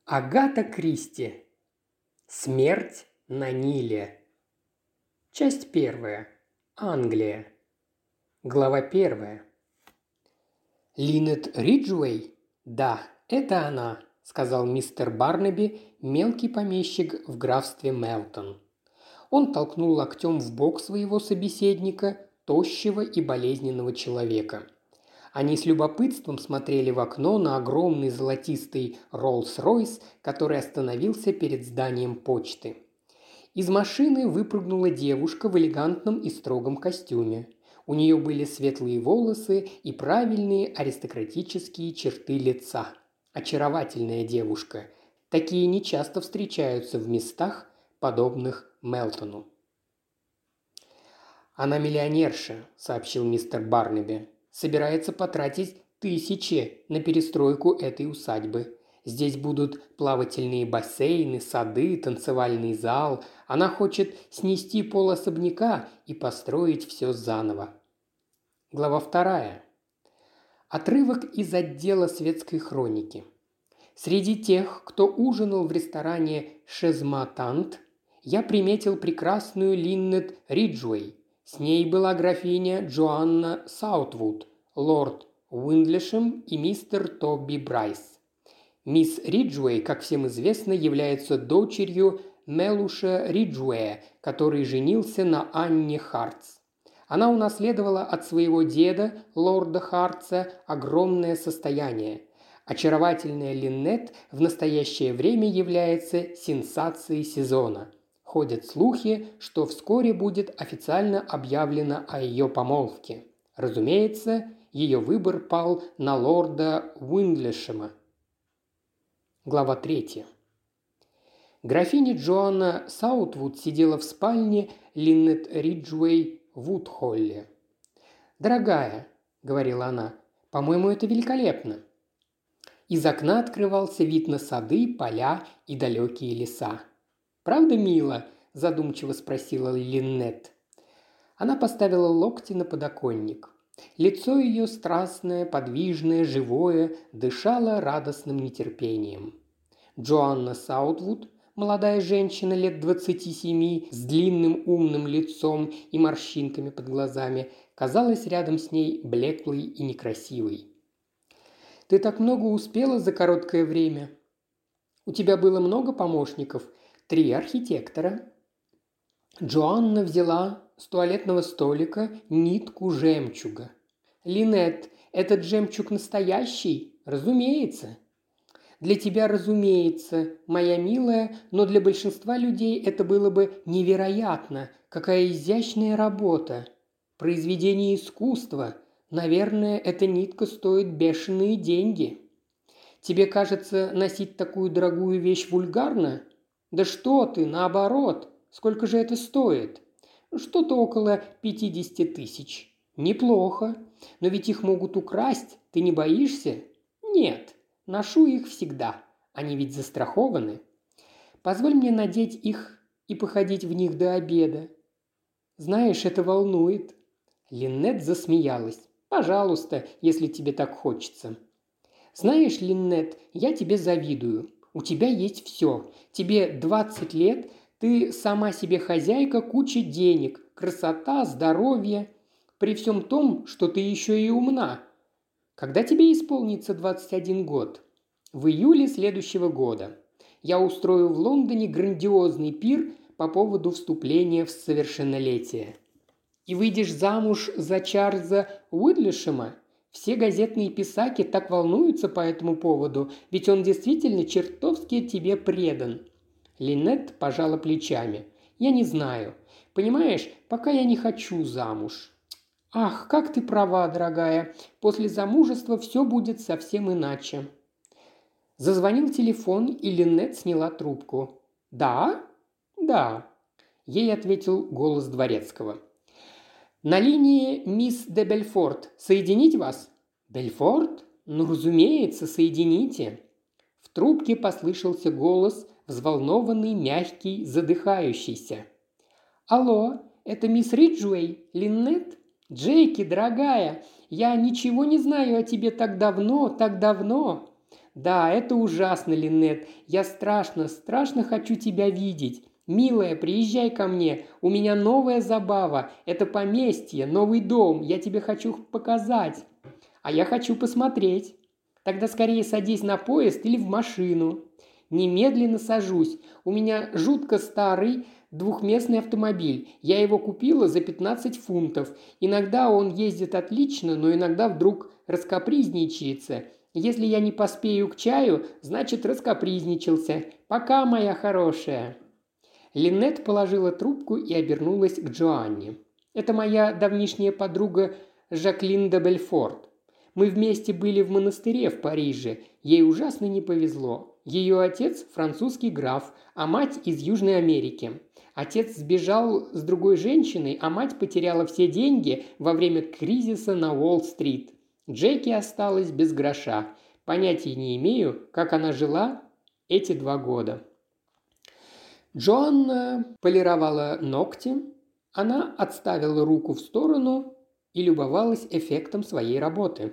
Агата Кристи. Смерть на Ниле. Часть первая. Англия. Глава первая. «Линет Риджуэй?» «Да, это она», – сказал мистер Барнаби, мелкий помещик в графстве Мелтон. Он толкнул локтем в бок своего собеседника, тощего и болезненного человека. Они с любопытством смотрели в окно на огромный золотистый Роллс-Ройс, который остановился перед зданием почты. Из машины выпрыгнула девушка в элегантном и строгом костюме. У нее были светлые волосы и правильные аристократические черты лица. Очаровательная девушка. Такие нечасто встречаются в местах, подобных Мелтону. «Она миллионерша», – сообщил мистер Барнаби. «Собирается потратить тысячи на перестройку этой усадьбы. Здесь будут плавательные бассейны, сады, танцевальный зал. Она хочет снести пол особняка и построить все заново». Глава 2. Отрывок из отдела светской хроники. Среди тех, кто ужинал в ресторане «Шезматант», я приметил прекрасную Линнет Риджуэй. С ней была графиня Джоанна Саутвуд, лорд Уиндлишем и мистер Тоби Брайс. Мисс Риджуэй, как всем известно, является дочерью Мелуша Риджуэя, который женился на Анне Хартс. Она унаследовала от своего деда, лорда Хартса, огромное состояние. Очаровательная Линнет в настоящее время является сенсацией сезона. Ходят слухи, что вскоре будет официально объявлено о ее помолвке. Разумеется, ее выбор пал на лорда Уиндлишема. Глава 3. Графиня Джоанна Саутвуд сидела в спальне Линнет Риджуэй в Вудхолле. «Дорогая», – говорила она, – «по-моему, это великолепно». Из окна открывался вид на сады, поля и далекие леса. «Правда, мило?» – задумчиво спросила Линнет. Она поставила локти на подоконник. Лицо ее страстное, подвижное, живое, дышало радостным нетерпением. Джоанна Саутвуд, молодая женщина лет 27, с длинным умным лицом и морщинками под глазами, казалась рядом с ней блеклой и некрасивой. «Ты так много успела за короткое время. У тебя было много помощников, 3 архитектора». Джоанна взяла с туалетного столика нитку жемчуга. «Линет, этот жемчуг настоящий? Разумеется». «Для тебя, разумеется, моя милая, но для большинства людей это было бы невероятно. Какая изящная работа. Произведение искусства. Наверное, эта нитка стоит бешеные деньги. Тебе кажется, носить такую дорогую вещь вульгарно? Да что ты, наоборот. Сколько же это стоит? Что-то около 50 тысяч. Неплохо. Но ведь их могут украсть. Ты не боишься? Нет. Ношу их всегда. Они ведь застрахованы. Позволь мне надеть их и походить в них до обеда. Знаешь, это волнует». Линнет засмеялась. «Пожалуйста, если тебе так хочется». «Знаешь, Линнет, я тебе завидую. У тебя есть все. Тебе 20 лет, ты сама себе хозяйка, куча денег, красота, здоровье. При всем том, что ты еще и умна. Когда тебе исполнится 21 год? В июле следующего года. Я устрою в Лондоне грандиозный пир по поводу вступления в совершеннолетие. И выйдешь замуж за Чарльза Уиндлишема? Все газетные писаки так волнуются по этому поводу, ведь он действительно чертовски тебе предан». Линнет пожала плечами. «Я не знаю. Понимаешь, пока я не хочу замуж». «Ах, как ты права, дорогая. После замужества все будет совсем иначе». Зазвонил телефон, и Линнет сняла трубку. «Да?» «Да», – ей ответил голос дворецкого. «На линии мисс де Бельфорт. Соединить вас?» «Бельфорт? Ну, разумеется, соедините». В трубке послышался голос, взволнованный, мягкий, задыхающийся. «Алло, это мисс Риджуэй, Линнет? Джейки, дорогая, я ничего не знаю о тебе так давно, так давно. «Да, это ужасно, Линнет. Я страшно, страшно хочу тебя видеть. Милая, приезжай ко мне. У меня новая забава. Это поместье, новый дом. Я тебе хочу показать. А я хочу посмотреть. Тогда скорее садись на поезд или в машину». «Немедленно сажусь. У меня жутко старый двухместный автомобиль. Я его купила за 15 фунтов. Иногда он ездит отлично, но иногда вдруг раскапризничается. Если я не поспею к чаю, значит раскапризничался. Пока, моя хорошая». Линнет положила трубку и обернулась к Джоанне. «Это моя давнишняя подруга Жаклин де Бельфорт. Мы вместе были в монастыре в Париже. Ей ужасно не повезло. Ее отец – французский граф, а мать из Южной Америки. Отец сбежал с другой женщиной, а мать потеряла все деньги во время кризиса на Уолл-стрит. Джеки осталась без гроша. Понятия не имею, как она жила эти 2 года». Джоанна полировала ногти. Она отставила руку в сторону и любовалась эффектом своей работы.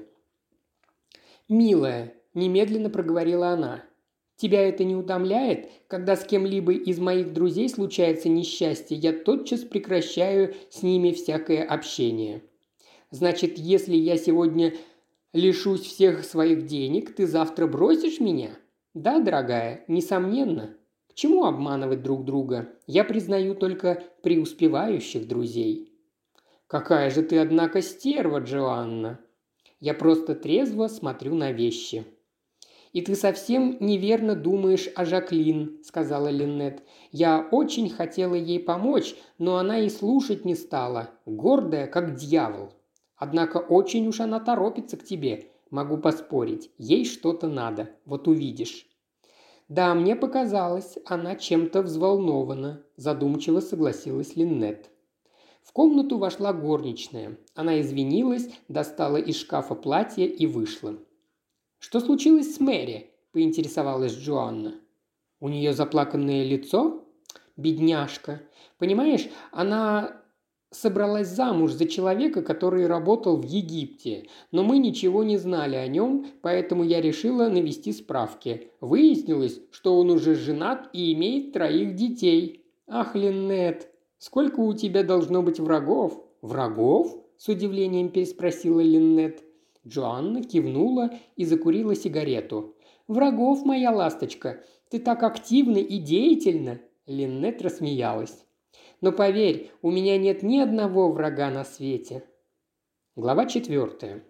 «Милая», – немедленно проговорила она, – «тебя это не утомляет? Когда с кем-либо из моих друзей случается несчастье, я тотчас прекращаю с ними всякое общение. Значит, если я сегодня лишусь всех своих денег, ты завтра бросишь меня? Да, дорогая, несомненно. К чему обманывать друг друга? Я признаю только преуспевающих друзей». «Какая же ты, однако, стерва, Джоанна!» «Я просто трезво смотрю на вещи». «И ты совсем неверно думаешь о Жаклин», – сказала Линнет. «Я очень хотела ей помочь, но она и слушать не стала, гордая, как дьявол. Однако очень уж она торопится к тебе, могу поспорить. Ей что-то надо, вот увидишь». «Да, мне показалось, она чем-то взволнована», – задумчиво согласилась Линнет. В комнату вошла горничная. Она извинилась, достала из шкафа платье и вышла. «Что случилось с Мэри?» – поинтересовалась Джоанна. «У нее заплаканное лицо? Бедняжка. Понимаешь, она собралась замуж за человека, который работал в Египте, но мы ничего не знали о нем, поэтому я решила навести справки. Выяснилось, что он уже женат и имеет 3 детей. Ах, Линнет, сколько у тебя должно быть врагов?» «Врагов?» – с удивлением переспросила Линнет. Джоанна кивнула и закурила сигарету. «Врагов, моя ласточка, ты так активна и деятельна!» Линнет рассмеялась. «Но поверь, у меня нет ни одного врага на свете». Глава 4.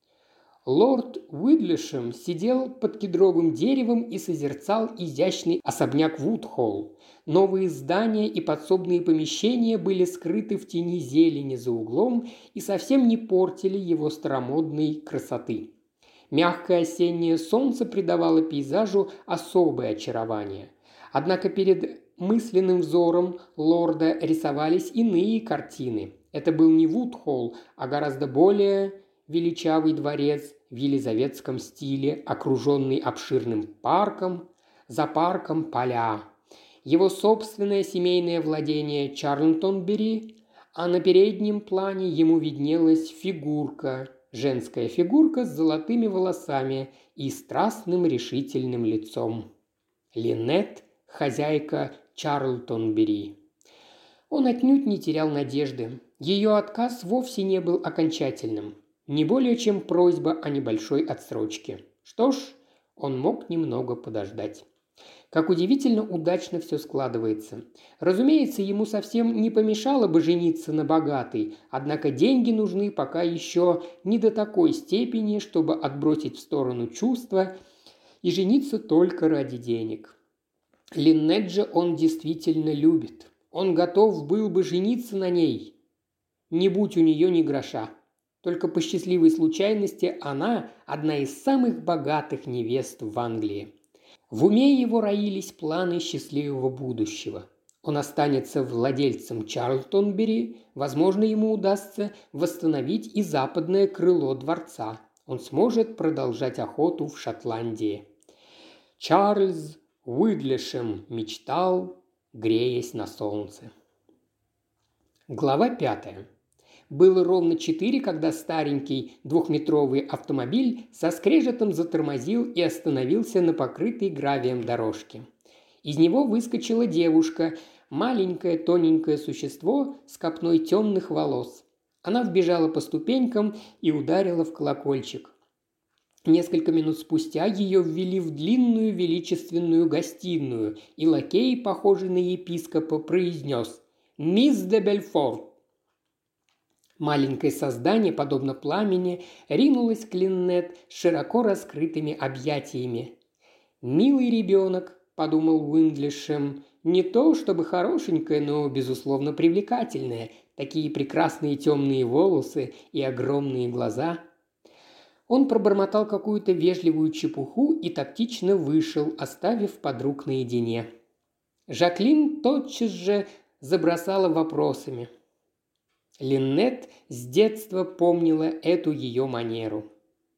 Лорд Уидлишем сидел под кедровым деревом и созерцал изящный особняк Вудхолл. Новые здания и подсобные помещения были скрыты в тени зелени за углом и совсем не портили его старомодной красоты. Мягкое осеннее солнце придавало пейзажу особое очарование. Однако перед мысленным взором лорда рисовались иные картины. Это был не Вудхолл, а гораздо более величавый дворец в елизаветском стиле, окруженный обширным парком, за парком поля. Его собственное семейное владение Чарльтонбери, а на переднем плане ему виднелась фигурка, женская фигурка с золотыми волосами и страстным решительным лицом. Линнет, хозяйка Чарльтонбери. Он отнюдь не терял надежды. Ее отказ вовсе не был окончательным. Не более чем просьба о небольшой отсрочке. Что ж, он мог немного подождать. Как удивительно удачно все складывается. Разумеется, ему совсем не помешало бы жениться на богатой, однако деньги нужны пока еще не до такой степени, чтобы отбросить в сторону чувства и жениться только ради денег. Линнет же он действительно любит. Он готов был бы жениться на ней, не будь у нее ни гроша. Только по счастливой случайности она одна из самых богатых невест в Англии. В уме его роились планы счастливого будущего. Он останется владельцем Чарльтонбери, возможно, ему удастся восстановить и западное крыло дворца. Он сможет продолжать охоту в Шотландии. Чарльз Уидлишем мечтал, греясь на солнце. Глава 5. Было ровно 4, когда старенький двухметровый автомобиль со скрежетом затормозил и остановился на покрытой гравием дорожке. Из него выскочила девушка, маленькое тоненькое существо с копной темных волос. Она вбежала по ступенькам и ударила в колокольчик. Несколько минут спустя ее ввели в длинную величественную гостиную, и лакей, похожий на епископа, произнес «Мисс де Бельфор». Маленькое создание, подобно пламени, ринулось к Линнет с широко раскрытыми объятиями. «Милый ребенок», – подумал Уиндлишем, – «не то чтобы хорошенькая, но, безусловно, привлекательная. Такие прекрасные темные волосы и огромные глаза». Он пробормотал какую-то вежливую чепуху и тактично вышел, оставив подруг наедине. Жаклин тотчас же забросала вопросами. Линнет с детства помнила эту ее манеру.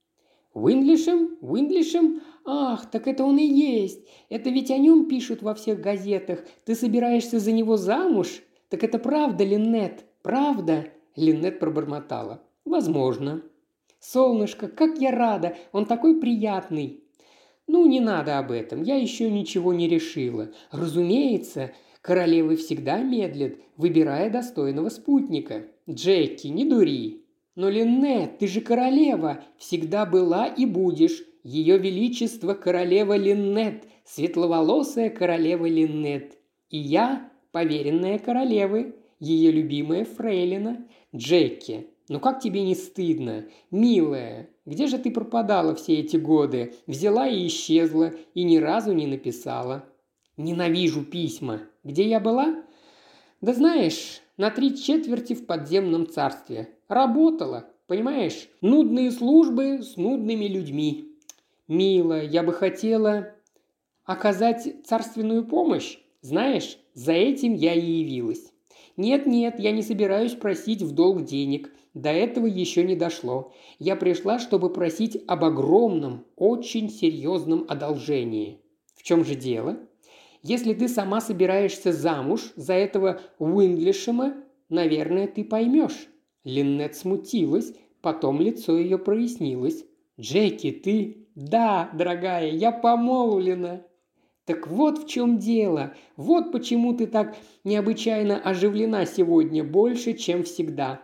«Уиндлишем? Уиндлишем? Ах, так это он и есть. Это ведь о нем пишут во всех газетах. Ты собираешься за него замуж? Так это правда, Линнет? Правда?» Линнет пробормотала. «Возможно». «Солнышко, как я рада! Он такой приятный!» «Ну, не надо об этом, я еще ничего не решила. Разумеется, королевы всегда медлят, выбирая достойного спутника. Джеки, не дури!» «Но, Линнет, ты же королева, всегда была и будешь. Ее величество королева Линнет, светловолосая королева Линнет. И я поверенная королевы, ее любимая фрейлина. Джеки, ну как тебе не стыдно? Милая, где же ты пропадала все эти годы? Взяла и исчезла, и ни разу не написала». «Ненавижу письма. Где я была?» «Да знаешь, на 3/4 в подземном царстве. Работала, понимаешь? Нудные службы с нудными людьми. Милая, я бы хотела оказать царственную помощь. Знаешь, за этим я и явилась. Нет, я не собираюсь просить в долг денег. До этого еще не дошло. Я пришла, чтобы просить об огромном, очень серьезном одолжении. В чем же дело? Если ты сама собираешься замуж за этого Уиндлишема, наверное, ты поймешь». Линнет смутилась, потом лицо ее прояснилось. «Джеки, ты...» «Да, дорогая, я помолвлена». «Так вот в чем дело. Вот почему ты так необычайно оживлена сегодня, больше, чем всегда.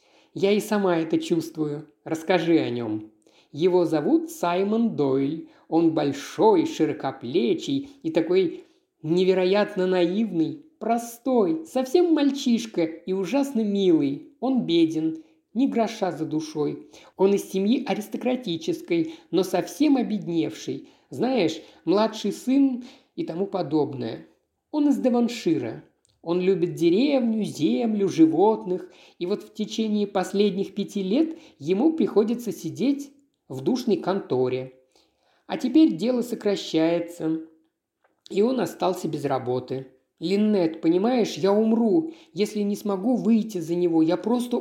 Я и сама это чувствую. Расскажи о нем». «Его зовут Саймон Дойль. Он большой, широкоплечий и такой невероятно наивный, простой, совсем мальчишка и ужасно милый. Он беден, ни гроша за душой. Он из семьи аристократической, но совсем обедневший. Знаешь, младший сын и тому подобное. Он из Девоншира. Он любит деревню, землю, животных. И вот в течение последних 5 лет ему приходится сидеть в душной конторе. А теперь дело сокращается, и он остался без работы. Линнет, понимаешь, я умру, если не смогу выйти за него. Я просто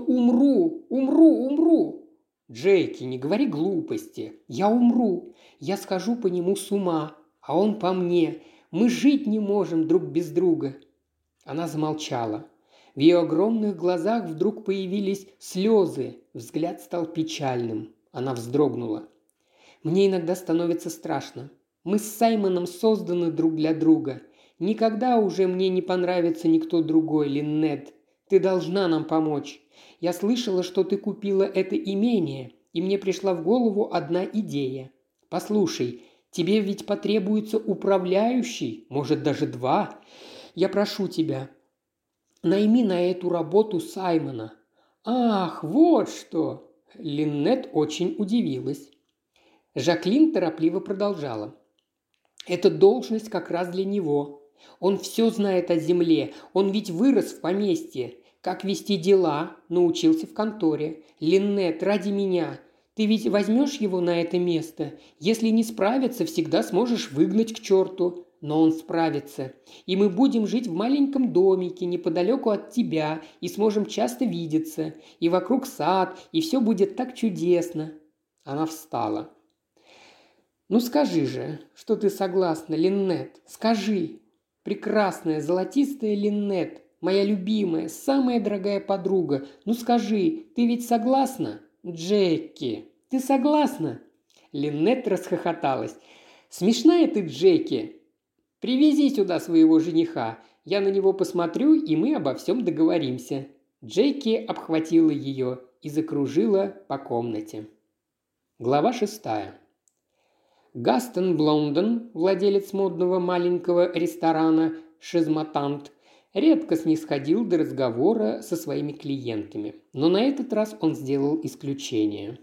умру. Джейки, не говори глупости. Я умру. Я схожу по нему с ума, а он по мне. Мы жить не можем друг без друга». Она замолчала. В ее огромных глазах вдруг появились слезы. Взгляд стал печальным. Она вздрогнула. «Мне иногда становится страшно. Мы с Саймоном созданы друг для друга. Никогда уже мне не понравится никто другой, Линнет. Ты должна нам помочь. Я слышала, что ты купила это имение, и мне пришла в голову одна идея. Послушай, тебе ведь потребуется управляющий, может, даже 2. Я прошу тебя, найми на эту работу Саймона». «Ах, вот что!» Линнет очень удивилась. Жаклин торопливо продолжала. «Эта должность как раз для него. Он все знает о земле, он ведь вырос в поместье. Как вести дела, научился в конторе. Линнет, ради меня, ты ведь возьмешь его на это место? Если не справится, всегда сможешь выгнать к черту. Но он справится. И мы будем жить в маленьком домике неподалеку от тебя и сможем часто видеться. И вокруг сад, и все будет так чудесно». Она встала. «Ну скажи же, что ты согласна, Линнет, скажи. Прекрасная золотистая Линнет, Моя любимая, самая дорогая подруга, ну скажи, ты ведь согласна?» «Джеки, ты согласна?» Линнет расхохоталась. «Смешная ты, Джеки. Привези сюда своего жениха. Я на него посмотрю, и мы обо всем договоримся». Джеки обхватила ее и закружила по комнате. Глава 6. Гастон Блондон, владелец модного маленького ресторана «Шизматант», редко снисходил до разговора со своими клиентами, но на этот раз он сделал исключение.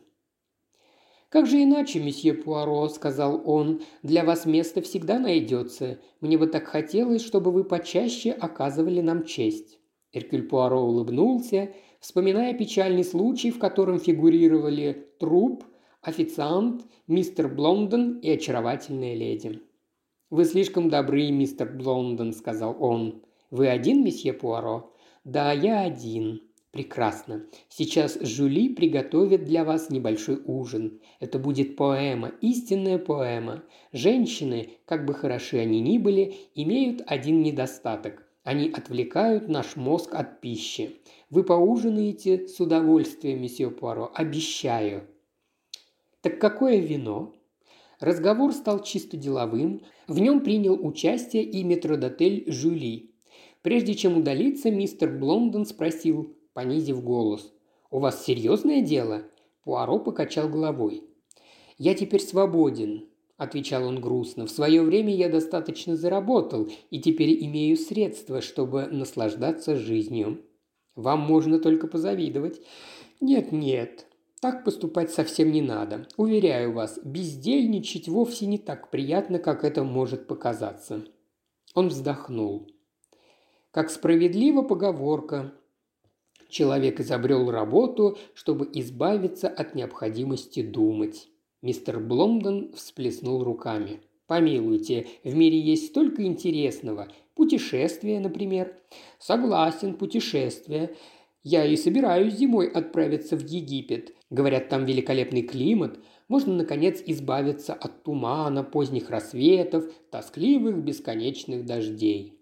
«Как же иначе, месье Пуаро», – сказал он, – «для вас место всегда найдется. Мне бы так хотелось, чтобы вы почаще оказывали нам честь». Эркюль Пуаро улыбнулся, вспоминая печальный случай, в котором фигурировали труп, официант, мистер Блондон и очаровательная леди. «Вы слишком добры, мистер Блондон», – сказал он. «Вы один, месье Пуаро?» «Да, я один». «Прекрасно. Сейчас Жюли приготовит для вас небольшой ужин. Это будет поэма, истинная поэма. Женщины, как бы хороши они ни были, имеют один недостаток. Они отвлекают наш мозг от пищи. Вы поужинаете с удовольствием, месье Пуаро, обещаю». «Так какое вино?» Разговор стал чисто деловым. В нем принял участие и метрдотель Жюли. Прежде чем удалиться, мистер Блондон спросил, понизив голос: «У вас серьезное дело?» Пуаро покачал головой. «Я теперь свободен», – отвечал он грустно. «В свое время я достаточно заработал и теперь имею средства, чтобы наслаждаться жизнью. Вам можно только позавидовать». «Нет, так поступать совсем не надо. Уверяю вас, бездельничать вовсе не так приятно, как это может показаться». Он вздохнул. Как справедлива поговорка: человек изобрел работу, чтобы избавиться от необходимости думать. Мистер Блондон всплеснул руками. «Помилуйте, в мире есть столько интересного. Путешествия, например». «Согласен, путешествия. Я и собираюсь зимой отправиться в Египет. Говорят, там великолепный климат. Можно, наконец, избавиться от тумана, поздних рассветов, тоскливых бесконечных дождей».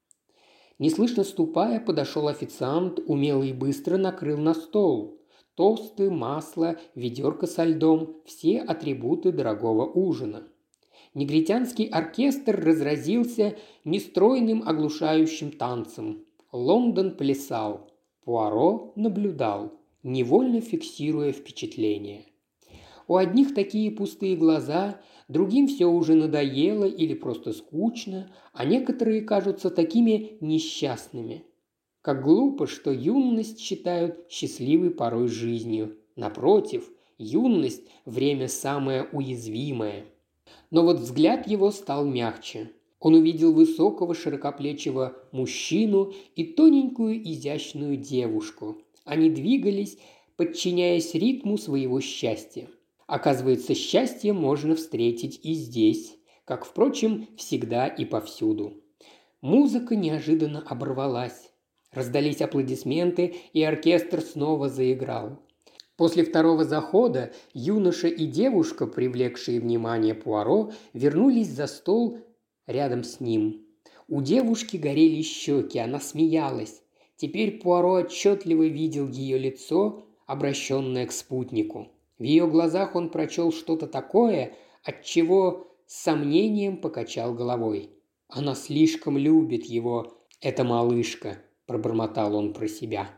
Неслышно ступая, подошел официант, умело и быстро накрыл на стол. Тосты, масло, ведерко со льдом – все атрибуты дорогого ужина. Негритянский оркестр разразился нестройным оглушающим танцем. Лондон плясал. Пуаро наблюдал, невольно фиксируя впечатление. У одних такие пустые глаза, другим все уже надоело или просто скучно, а некоторые кажутся такими несчастными. Как глупо, что юность считают счастливой порой жизнью. Напротив, юность – время самое уязвимое. Но вот взгляд его стал мягче. Он увидел высокого широкоплечего мужчину и тоненькую изящную девушку. Они двигались, подчиняясь ритму своего счастья. Оказывается, счастье можно встретить и здесь, как, впрочем, всегда и повсюду. Музыка неожиданно оборвалась. Раздались аплодисменты, и оркестр снова заиграл. После второго захода юноша и девушка, привлекшие внимание Пуаро, вернулись за стол рядом с ним. У девушки горели щеки, она смеялась. Теперь Пуаро отчетливо видел ее лицо, обращенное к спутнику. В ее глазах он прочел что-то такое, от чего с сомнением покачал головой. «Она слишком любит его, эта малышка», – пробормотал он про себя.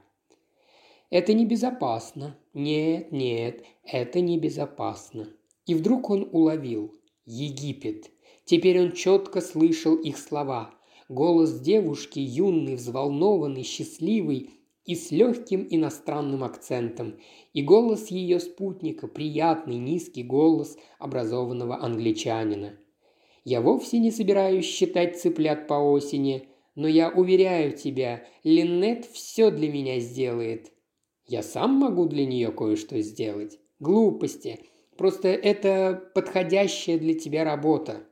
«Это небезопасно. Нет, это небезопасно». И вдруг он уловил: Египет. Теперь он четко слышал их слова. Голос девушки, юный, взволнованный, счастливый и с легким иностранным акцентом, и голос ее спутника, приятный низкий голос образованного англичанина. «Я вовсе не собираюсь считать цыплят по осени, но я уверяю тебя, Линнет все для меня сделает. Я сам могу для нее кое-что сделать. Глупости. Просто это подходящая для тебя работа».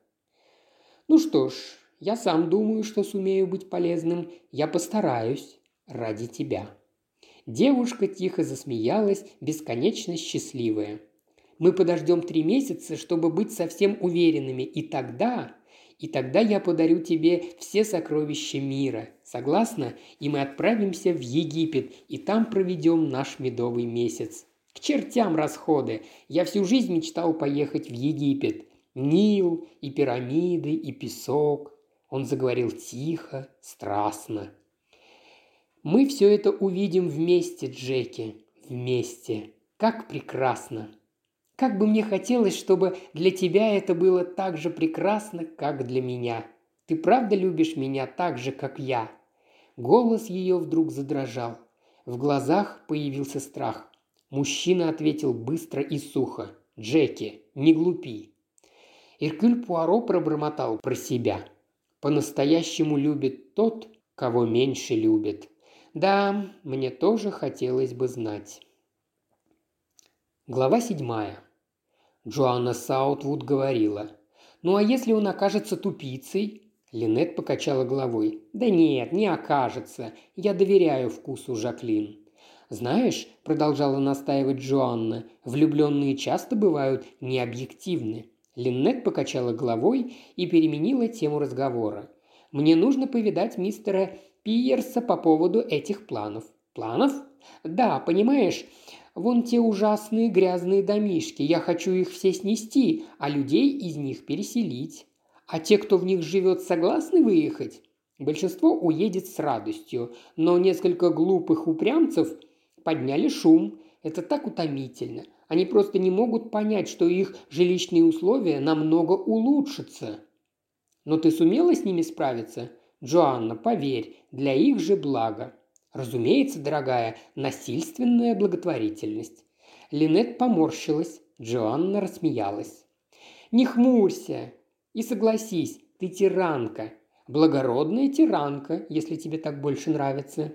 «Ну что ж, я сам думаю, что сумею быть полезным. Я постараюсь ради тебя». Девушка тихо засмеялась, бесконечно счастливая. «Мы подождем 3 месяца, чтобы быть совсем уверенными, и тогда И тогда я подарю тебе все сокровища мира. Согласна? И мы отправимся в Египет, и там проведем наш медовый месяц. К чертям расходы. Я всю жизнь мечтал поехать в Египет. Нил, и пирамиды, и песок. Он заговорил тихо, страстно. Мы все это увидим вместе, Джеки. Вместе. Как прекрасно. Как бы мне хотелось, чтобы для тебя это было так же прекрасно, как для меня. Ты правда любишь меня так же, как я?» Голос ее вдруг задрожал. В глазах появился страх. Мужчина ответил быстро и сухо. «Джеки, не глупи». Эркюль Пуаро пробормотал про себя. «По-настоящему любит тот, кого меньше любит». Да, мне тоже хотелось бы знать. Глава 7. Джоанна Саутвуд говорила. «Ну а если он окажется тупицей?» Линет покачала головой. «Да нет, не окажется. Я доверяю вкусу Жаклин». «Знаешь», – продолжала настаивать Джоанна, – «влюбленные часто бывают необъективны». Линет покачала головой и переменила тему разговора. «Мне нужно повидать мистера Пиерса по поводу этих планов». «Планов?» «Да, понимаешь, вон те ужасные грязные домишки. Я хочу их все снести, а людей из них переселить. А те, кто в них живет, согласны выехать?» Большинство уедет с радостью, но несколько глупых упрямцев подняли шум. Это так утомительно. Они просто не могут понять, что их жилищные условия намного улучшатся. Но ты сумела с ними справиться? Джоанна, поверь, для их же блага. Разумеется, дорогая, насильственная благотворительность. Линет поморщилась, Джоанна рассмеялась. Не хмурься и согласись, ты тиранка. Благородная тиранка, если тебе так больше нравится.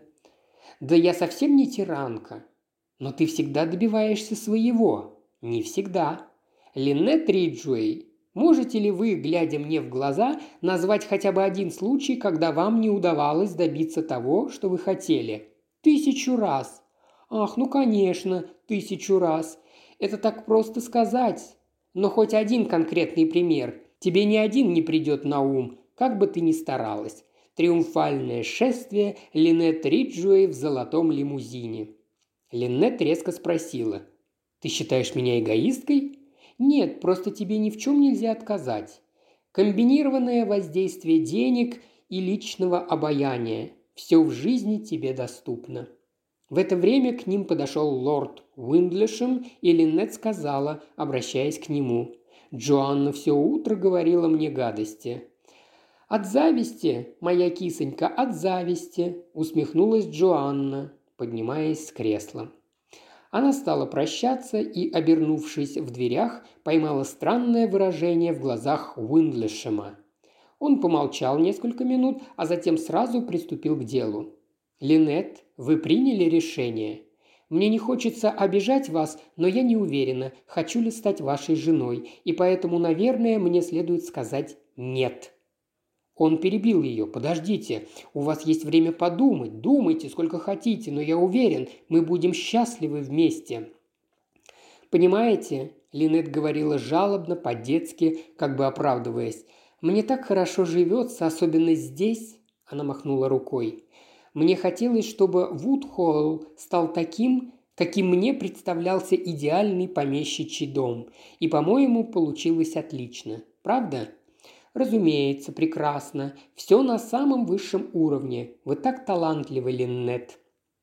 Да я совсем не тиранка. Но ты всегда добиваешься своего. Не всегда. Линет Риджуэй, можете ли вы, глядя мне в глаза, назвать хотя бы один случай, когда вам не удавалось добиться того, что вы хотели? 1000 раз. Ах, ну конечно, 1000 раз. Это так просто сказать. Но хоть один конкретный пример. Тебе ни один не придет на ум, как бы ты ни старалась. Триумфальное шествие Линет Риджуэй в золотом лимузине. Линет резко спросила. «Ты считаешь меня эгоисткой?» «Нет, просто тебе ни в чем нельзя отказать. Комбинированное воздействие денег и личного обаяния. Все в жизни тебе доступно». В это время к ним подошел лорд Уиндлишем, и Линет сказала, обращаясь к нему. «Джоанна все утро говорила мне гадости». «От зависти, моя кисонька, от зависти», – усмехнулась Джоанна, поднимаясь с кресла. Она стала прощаться и, обернувшись в дверях, поймала странное выражение в глазах Уиндлишема. Он помолчал несколько минут, а затем сразу приступил к делу. «Линет, вы приняли решение? Мне не хочется обижать вас, но я не уверена, хочу ли стать вашей женой, и поэтому, наверное, мне следует сказать «нет». Он перебил ее. «Подождите, у вас есть время подумать. Думайте, сколько хотите, но я уверен, мы будем счастливы вместе». «Понимаете?» – Линет говорила жалобно, по-детски, как бы оправдываясь. «Мне так хорошо живется, особенно здесь», – она махнула рукой. «Мне хотелось, чтобы Вудхолл стал таким, каким мне представлялся идеальный помещичий дом. И, по-моему, получилось отлично. Правда?» «Разумеется, прекрасно. Все на самом высшем уровне. Вы так талантливы, Линнет».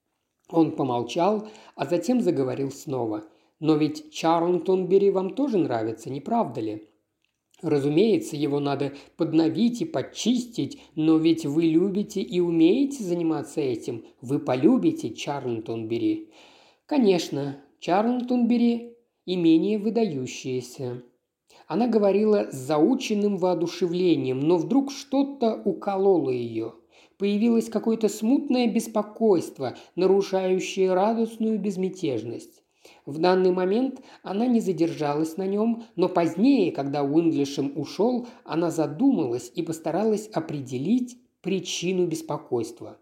Он помолчал, а затем заговорил снова. «Но ведь Чарлтонбери вам тоже нравится, не правда ли?» «Разумеется, его надо подновить и подчистить, но ведь вы любите и умеете заниматься этим. Вы полюбите Чарлтонбери». «Конечно, Чарлтонбери – имение выдающееся». Она говорила с заученным воодушевлением, но вдруг что-то укололо ее. Появилось какое-то смутное беспокойство, нарушающее радостную безмятежность. В данный момент она не задержалась на нем, но позднее, когда Уинглишем ушел, она задумалась и постаралась определить причину беспокойства.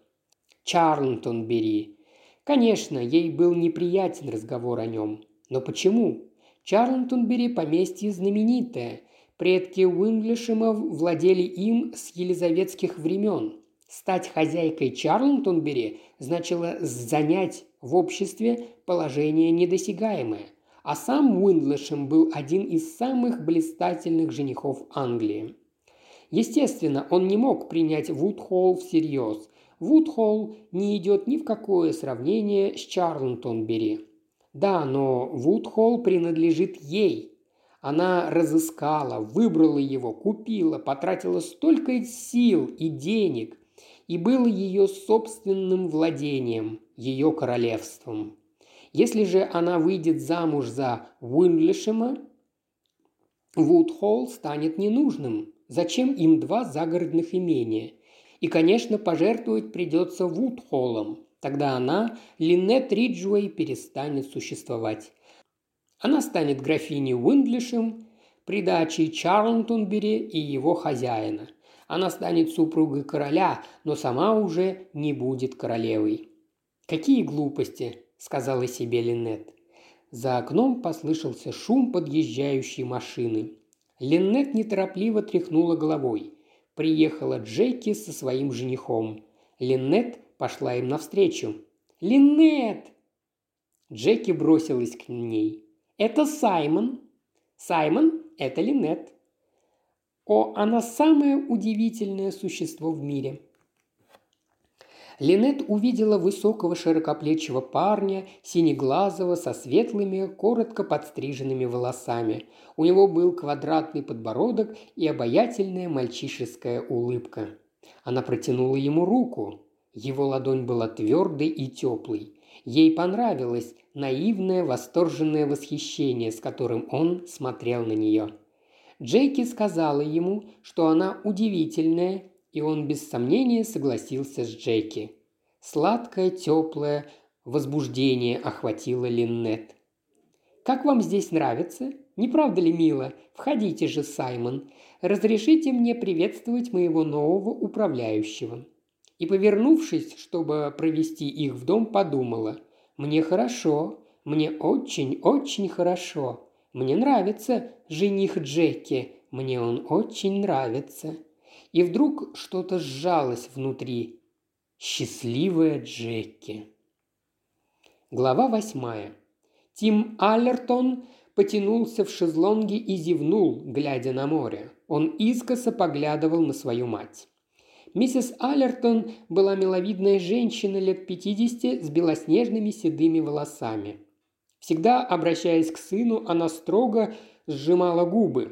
Чарлтонбери. Конечно, ей был неприятен разговор о нем. Но почему? Чарлтонбери – поместье знаменитое. Предки Уиндлишемов владели им с елизаветских времен. Стать хозяйкой Чарлтонбери значило занять в обществе положение недосягаемое. А сам Уиндлишем был один из самых блистательных женихов Англии. Естественно, он не мог принять Вудхолл всерьез. Вудхолл не идет ни в какое сравнение с Чарлтонбери. Да, но Вудхолл принадлежит ей. Она разыскала, выбрала его, купила, потратила столько сил и денег и было ее собственным владением, ее королевством. Если же она выйдет замуж за Уиндлишема, Вудхолл станет ненужным. Зачем им два загородных имения? И, конечно, пожертвовать придется Вудхоллом. Тогда она, Линнет Риджуэй, перестанет существовать. Она станет графиней Уиндлишем, придачей Чарлтонбери и его хозяина. Она станет супругой короля, но сама уже не будет королевой. «Какие глупости!» – сказала себе Линнет. За окном послышался шум подъезжающей машины. Линнет неторопливо тряхнула головой. Приехала Джеки со своим женихом. Линнет пошла им навстречу. «Линнет!» Джеки бросилась к ней. «Это Саймон». «Саймон – это Линнет». «О, она самое удивительное существо в мире». Линнет увидела высокого широкоплечего парня, синеглазого, со светлыми, коротко подстриженными волосами. У него был квадратный подбородок и обаятельная мальчишеская улыбка. Она протянула ему руку. Его ладонь была твердой и теплой. Ей понравилось наивное, восторженное восхищение, с которым он смотрел на нее. Джейки сказала ему, что она удивительная, и он без сомнения согласился с Джеки. Сладкое, теплое возбуждение охватило Линнет. «Как вам здесь нравится? Не правда ли мило? Входите же, Саймон. Разрешите мне приветствовать моего нового управляющего». И, повернувшись, чтобы провести их в дом, подумала: «Мне хорошо, мне очень-очень хорошо. Мне нравится жених Джеки, мне он очень нравится». И вдруг что-то сжалось внутри. Счастливая Джеки. Глава 8. Тим Аллертон потянулся в шезлонге и зевнул, глядя на море. Он искоса поглядывал на свою мать. Миссис Аллертон была миловидная женщина лет 50 с белоснежными седыми волосами. Всегда обращаясь к сыну, она строго сжимала губы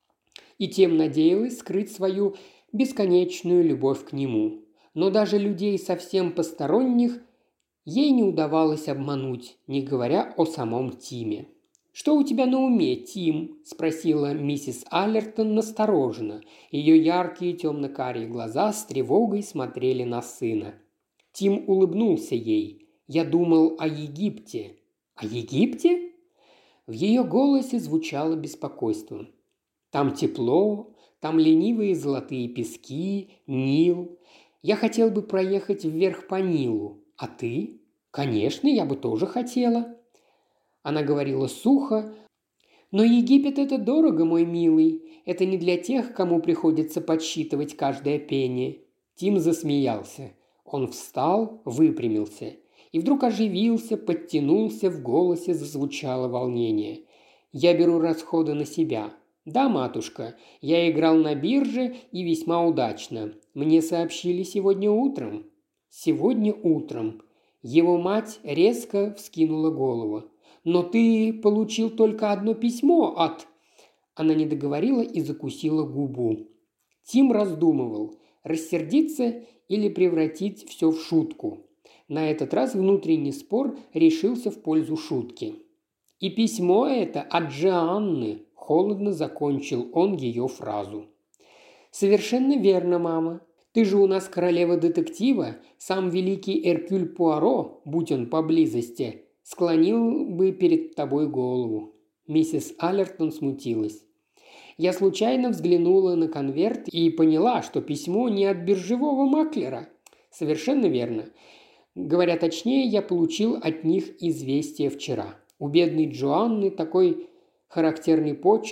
и тем надеялась скрыть свою бесконечную любовь к нему. Но даже людей совсем посторонних ей не удавалось обмануть, не говоря о самом Тиме. «Что у тебя на уме, Тим?» – спросила миссис Аллертон настороженно. Ее яркие темно-карие глаза с тревогой смотрели на сына. Тим улыбнулся ей. «Я думал о Египте». «О Египте?» В ее голосе звучало беспокойство. «Там тепло, там ленивые золотые пески, Нил. Я хотел бы проехать вверх по Нилу. А ты?» «Конечно, я бы тоже хотела». Она говорила сухо. «Но Египет – это дорого, мой милый. Это не для тех, кому приходится подсчитывать каждое пенни». Тим засмеялся. Он встал, выпрямился. И вдруг оживился, подтянулся, в голосе зазвучало волнение. «Я беру расходы на себя». «Да, матушка, я играл на бирже и весьма удачно. Мне сообщили сегодня утром». «Сегодня утром». Его мать резко вскинула голову. «Но ты получил только одно письмо от...» Она не договорила и закусила губу. Тим раздумывал, рассердиться или превратить все в шутку. На этот раз внутренний спор решился в пользу шутки. «И письмо это от Джианны», – холодно закончил он ее фразу. «Совершенно верно, мама. Ты же у нас королева детектива, сам великий Эркюль Пуаро, будь он поблизости, склонил бы перед тобой голову». Миссис Аллертон смутилась. «Я случайно взглянула на конверт и поняла, что письмо не от биржевого маклера». «Совершенно верно. Говоря точнее, я получил от них известие вчера. У бедной Джоанны такой характерный почерк.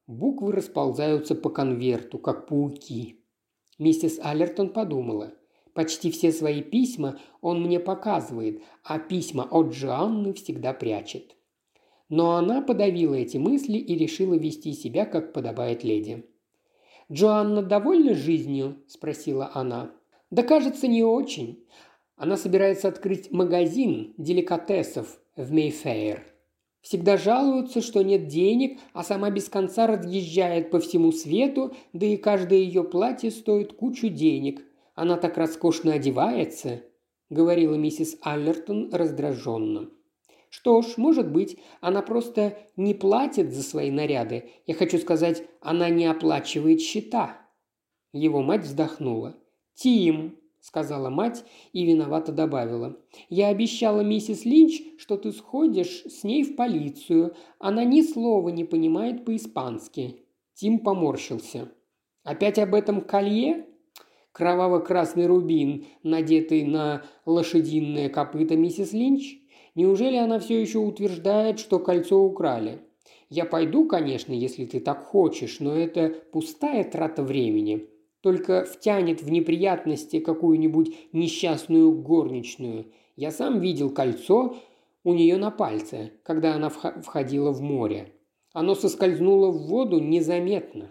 Буквы расползаются по конверту, как пауки. Миссис Аллертон подумала. Почти все свои письма он мне показывает, а письма от Джоанны всегда прячет. Но она подавила эти мысли и решила вести себя, как подобает леди. «Джоанна довольна жизнью?» – спросила она. «Да, кажется, не очень. Она собирается открыть магазин деликатесов в Мейфэйр. Всегда жалуется, что нет денег, а сама без конца разъезжает по всему свету, да и каждое ее платье стоит кучу денег. Она так роскошно одевается», – говорила миссис Аллертон раздраженно. «Что ж, может быть, она просто не платит за свои наряды. Я хочу сказать, она не оплачивает счета». Его мать вздохнула. «Тим», – сказала мать и виновато добавила, – «я обещала миссис Линч, что ты сходишь с ней в полицию. Она ни слова не понимает по-испански». Тим поморщился. «Опять об этом колье?» Кроваво-красный рубин, надетый на лошадиное копыто миссис Линч? Неужели она все еще утверждает, что кольцо украли? Я пойду, конечно, если ты так хочешь, но это пустая трата времени. Только втянет в неприятности какую-нибудь несчастную горничную. Я сам видел кольцо у нее на пальце, когда она входила в море. Оно соскользнуло в воду незаметно.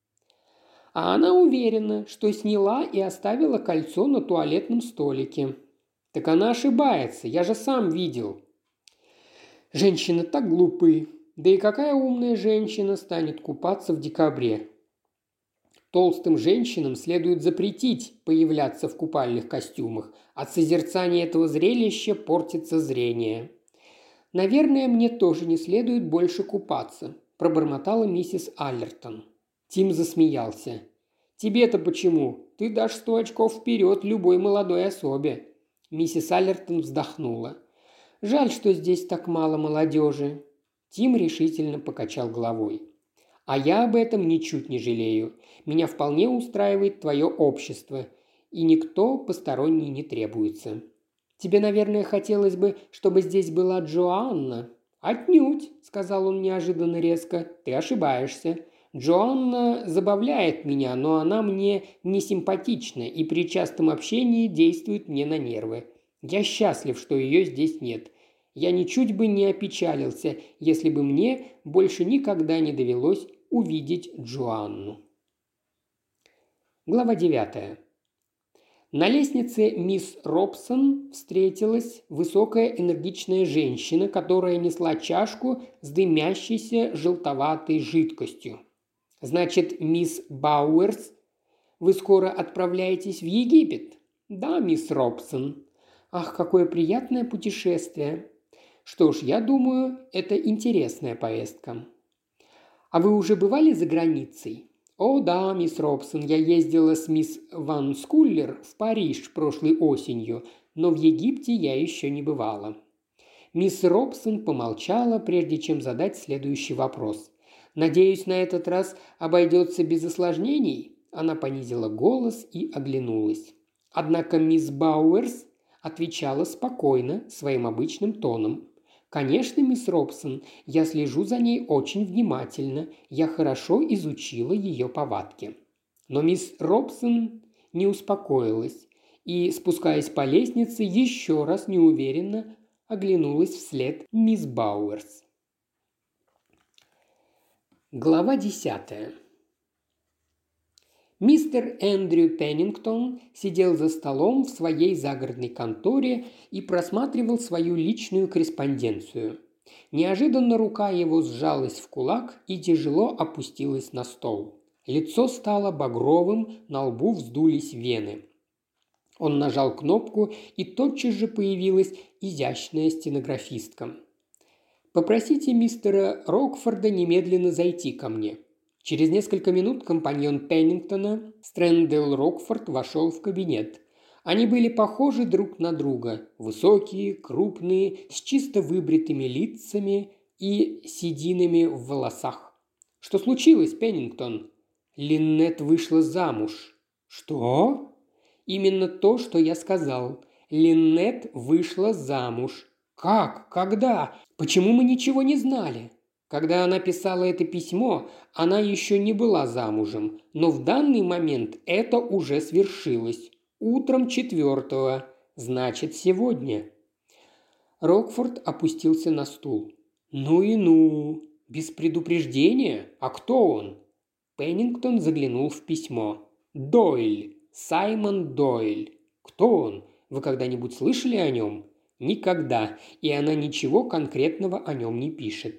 А она уверена, что сняла и оставила кольцо на туалетном столике. Так она ошибается, я же сам видел. Женщины так глупы. Да и какая умная женщина станет купаться в декабре? Толстым женщинам следует запретить появляться в купальных костюмах. От созерцания этого зрелища портится зрение. «Наверное, мне тоже не следует больше купаться», – пробормотала миссис Аллертон. Тим засмеялся. «Тебе-то почему? Ты дашь 100 очков вперед любой молодой особе». Миссис Аллертон вздохнула. «Жаль, что здесь так мало молодежи». Тим решительно покачал головой. «А я об этом ничуть не жалею. Меня вполне устраивает твое общество, и никто посторонний не требуется. Тебе, наверное, хотелось бы, чтобы здесь была Джоанна?» «Отнюдь», – сказал он неожиданно резко, – «ты ошибаешься. Джоанна забавляет меня, но она мне не симпатична и при частом общении действует мне на нервы. Я счастлив, что ее здесь нет. Я ничуть бы не опечалился, если бы мне больше никогда не довелось увидеть Джоанну». Глава 9. На лестнице мисс Робсон встретилась высокая энергичная женщина, которая несла чашку с дымящейся желтоватой жидкостью. «Значит, мисс Бауэрс, вы скоро отправляетесь в Египет?» «Да, мисс Робсон». «Ах, какое приятное путешествие!» «Что ж, я думаю, это интересная поездка». «А вы уже бывали за границей?» «О да, мисс Робсон, я ездила с мисс Ван Скуллер в Париж прошлой осенью, но в Египте я еще не бывала». Мисс Робсон помолчала, прежде чем задать следующий вопрос. «Надеюсь, на этот раз обойдется без осложнений?» Она понизила голос и оглянулась. Однако мисс Бауэрс отвечала спокойно, своим обычным тоном. «Конечно, мисс Робсон, я слежу за ней очень внимательно. Я хорошо изучила ее повадки». Но мисс Робсон не успокоилась и, спускаясь по лестнице, еще раз неуверенно оглянулась вслед мисс Бауэрс. Глава 10. Мистер Эндрю Пеннингтон сидел за столом в своей загородной конторе и просматривал свою личную корреспонденцию. Неожиданно рука его сжалась в кулак и тяжело опустилась на стол. Лицо стало багровым, на лбу вздулись вены. Он нажал кнопку, и тотчас же появилась изящная стенографистка. «Попросите мистера Рокфорда немедленно зайти ко мне». Через несколько минут компаньон Пеннингтона, Стрэндел Рокфорд, вошел в кабинет. Они были похожи друг на друга. Высокие, крупные, с чисто выбритыми лицами и сединами в волосах. «Что случилось, Пеннингтон?» «Линнет вышла замуж». «Что?» «Именно то, что я сказал. Линнет вышла замуж». «Как? Когда? Почему мы ничего не знали?» Когда она писала это письмо, она еще не была замужем, но в данный момент это уже свершилось. Утром 4-го, значит, сегодня. Рокфорд опустился на стул. «Ну и ну! Без предупреждения? А кто он?» Пеннингтон заглянул в письмо. «Дойль. Саймон Дойль. Кто он? Вы когда-нибудь слышали о нем?» «Никогда. И она ничего конкретного о нем не пишет».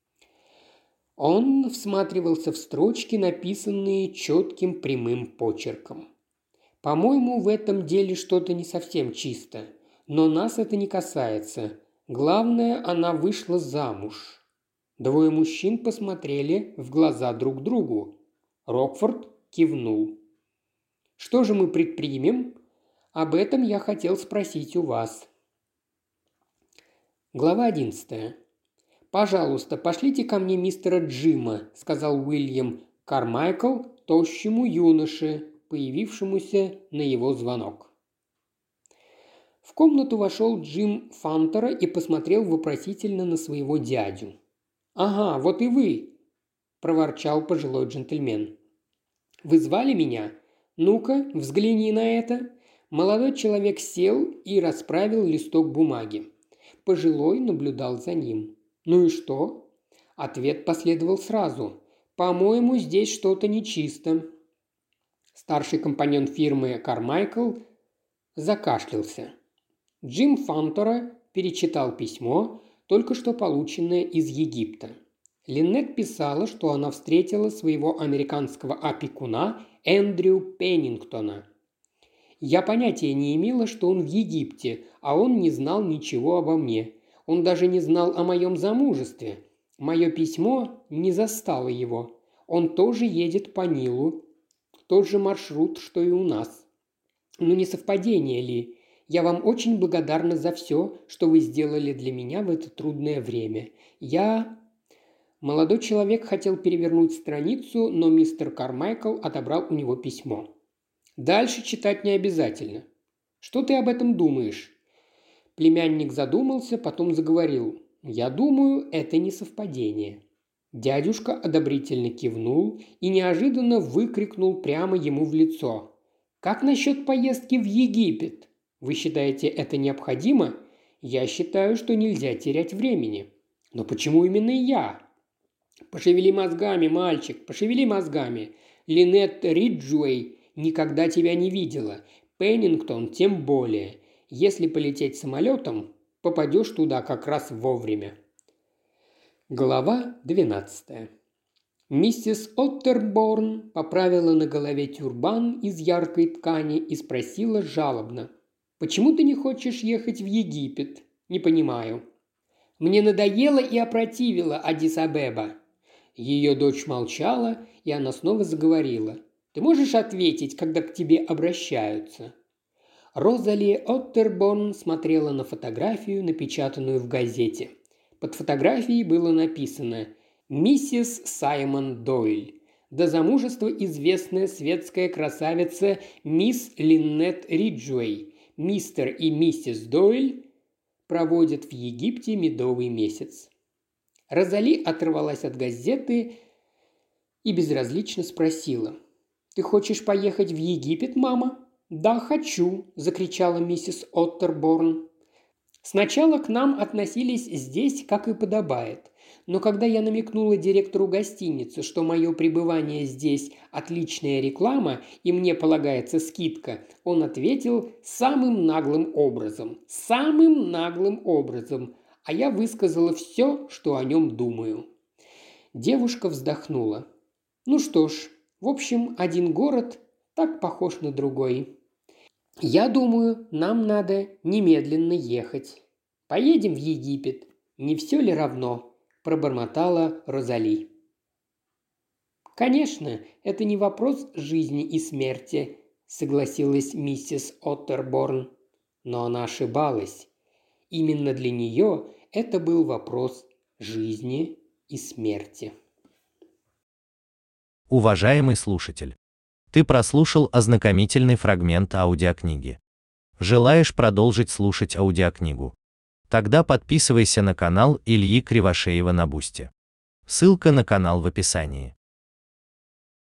Он всматривался в строчки, написанные четким прямым почерком. «По-моему, в этом деле что-то не совсем чисто. Но нас это не касается. Главное, она вышла замуж». Двое мужчин посмотрели в глаза друг другу. Рокфорд кивнул. «Что же мы предпримем? Об этом я хотел спросить у вас». Глава 11. «Пожалуйста, пошлите ко мне мистера Джима», – сказал Уильям Кармайкл тощему юноше, появившемуся на его звонок. В комнату вошел Джим Фантера и посмотрел вопросительно на своего дядю. «Ага, вот и вы», – проворчал пожилой джентльмен. «Вы звали меня? Ну-ка, взгляни на это». Молодой человек сел и расправил листок бумаги. Пожилой наблюдал за ним. «Ну и что?» Ответ последовал сразу. «По-моему, здесь что-то нечисто». Старший компаньон фирмы Кармайкл закашлялся. Джим Фантера перечитал письмо, только что полученное из Египта. Линнет писала, что она встретила своего американского опекуна Эндрю Пеннингтона. «Я понятия не имела, что он в Египте, а он не знал ничего обо мне. Он даже не знал о моем замужестве. Мое письмо не застало его. Он тоже едет по Нилу. Тот же маршрут, что и у нас. Ну не совпадение ли? Я вам очень благодарна за все, что вы сделали для меня в это трудное время. Молодой человек хотел перевернуть страницу, но мистер Кармайкл отобрал у него письмо. «Дальше читать не обязательно. Что ты об этом думаешь?» Племянник задумался, потом заговорил. «Я думаю, это не совпадение». Дядюшка одобрительно кивнул и неожиданно выкрикнул прямо ему в лицо. «Как насчет поездки в Египет? Вы считаете это необходимо? Я считаю, что нельзя терять времени». «Но почему именно я?» «Пошевели мозгами, мальчик, пошевели мозгами. Линнет Риджуэй никогда тебя не видела. Пеннингтон тем более. Если полететь самолетом, попадешь туда как раз вовремя». Глава 12. Миссис Оттерборн поправила на голове тюрбан из яркой ткани и спросила жалобно. «Почему ты не хочешь ехать в Египет? Не понимаю». «Мне надоело и опротивило Аддис-Абеба». Ее дочь молчала, и она снова заговорила. «Ты можешь ответить, когда к тебе обращаются?» Розали Оттерборн смотрела на фотографию, напечатанную в газете. Под фотографией было написано «Миссис Саймон Дойль». До замужества известная светская красавица мисс Линнет Риджуэй. Мистер и миссис Дойль проводят в Египте медовый месяц. Розали оторвалась от газеты и безразлично спросила. «Ты хочешь поехать в Египет, мама?» «Да, хочу», – закричала миссис Оттерборн. «Сначала к нам относились здесь, как и подобает. Но когда я намекнула директору гостиницы, что мое пребывание здесь – отличная реклама и мне полагается скидка, он ответил самым наглым образом. А я высказала все, что о нем думаю». Девушка вздохнула. «Ну что ж, в общем, один город так похож на другой. Я думаю, нам надо немедленно ехать. Поедем в Египет. Не все ли равно?» – пробормотала Розали. «Конечно, это не вопрос жизни и смерти», – согласилась миссис Оттерборн. Но она ошибалась. Именно для нее это был вопрос жизни и смерти. Уважаемый слушатель, ты прослушал ознакомительный фрагмент аудиокниги. Желаешь продолжить слушать аудиокнигу? Тогда подписывайся на канал Ильи Кривошеева на Бусти. Ссылка на канал в описании.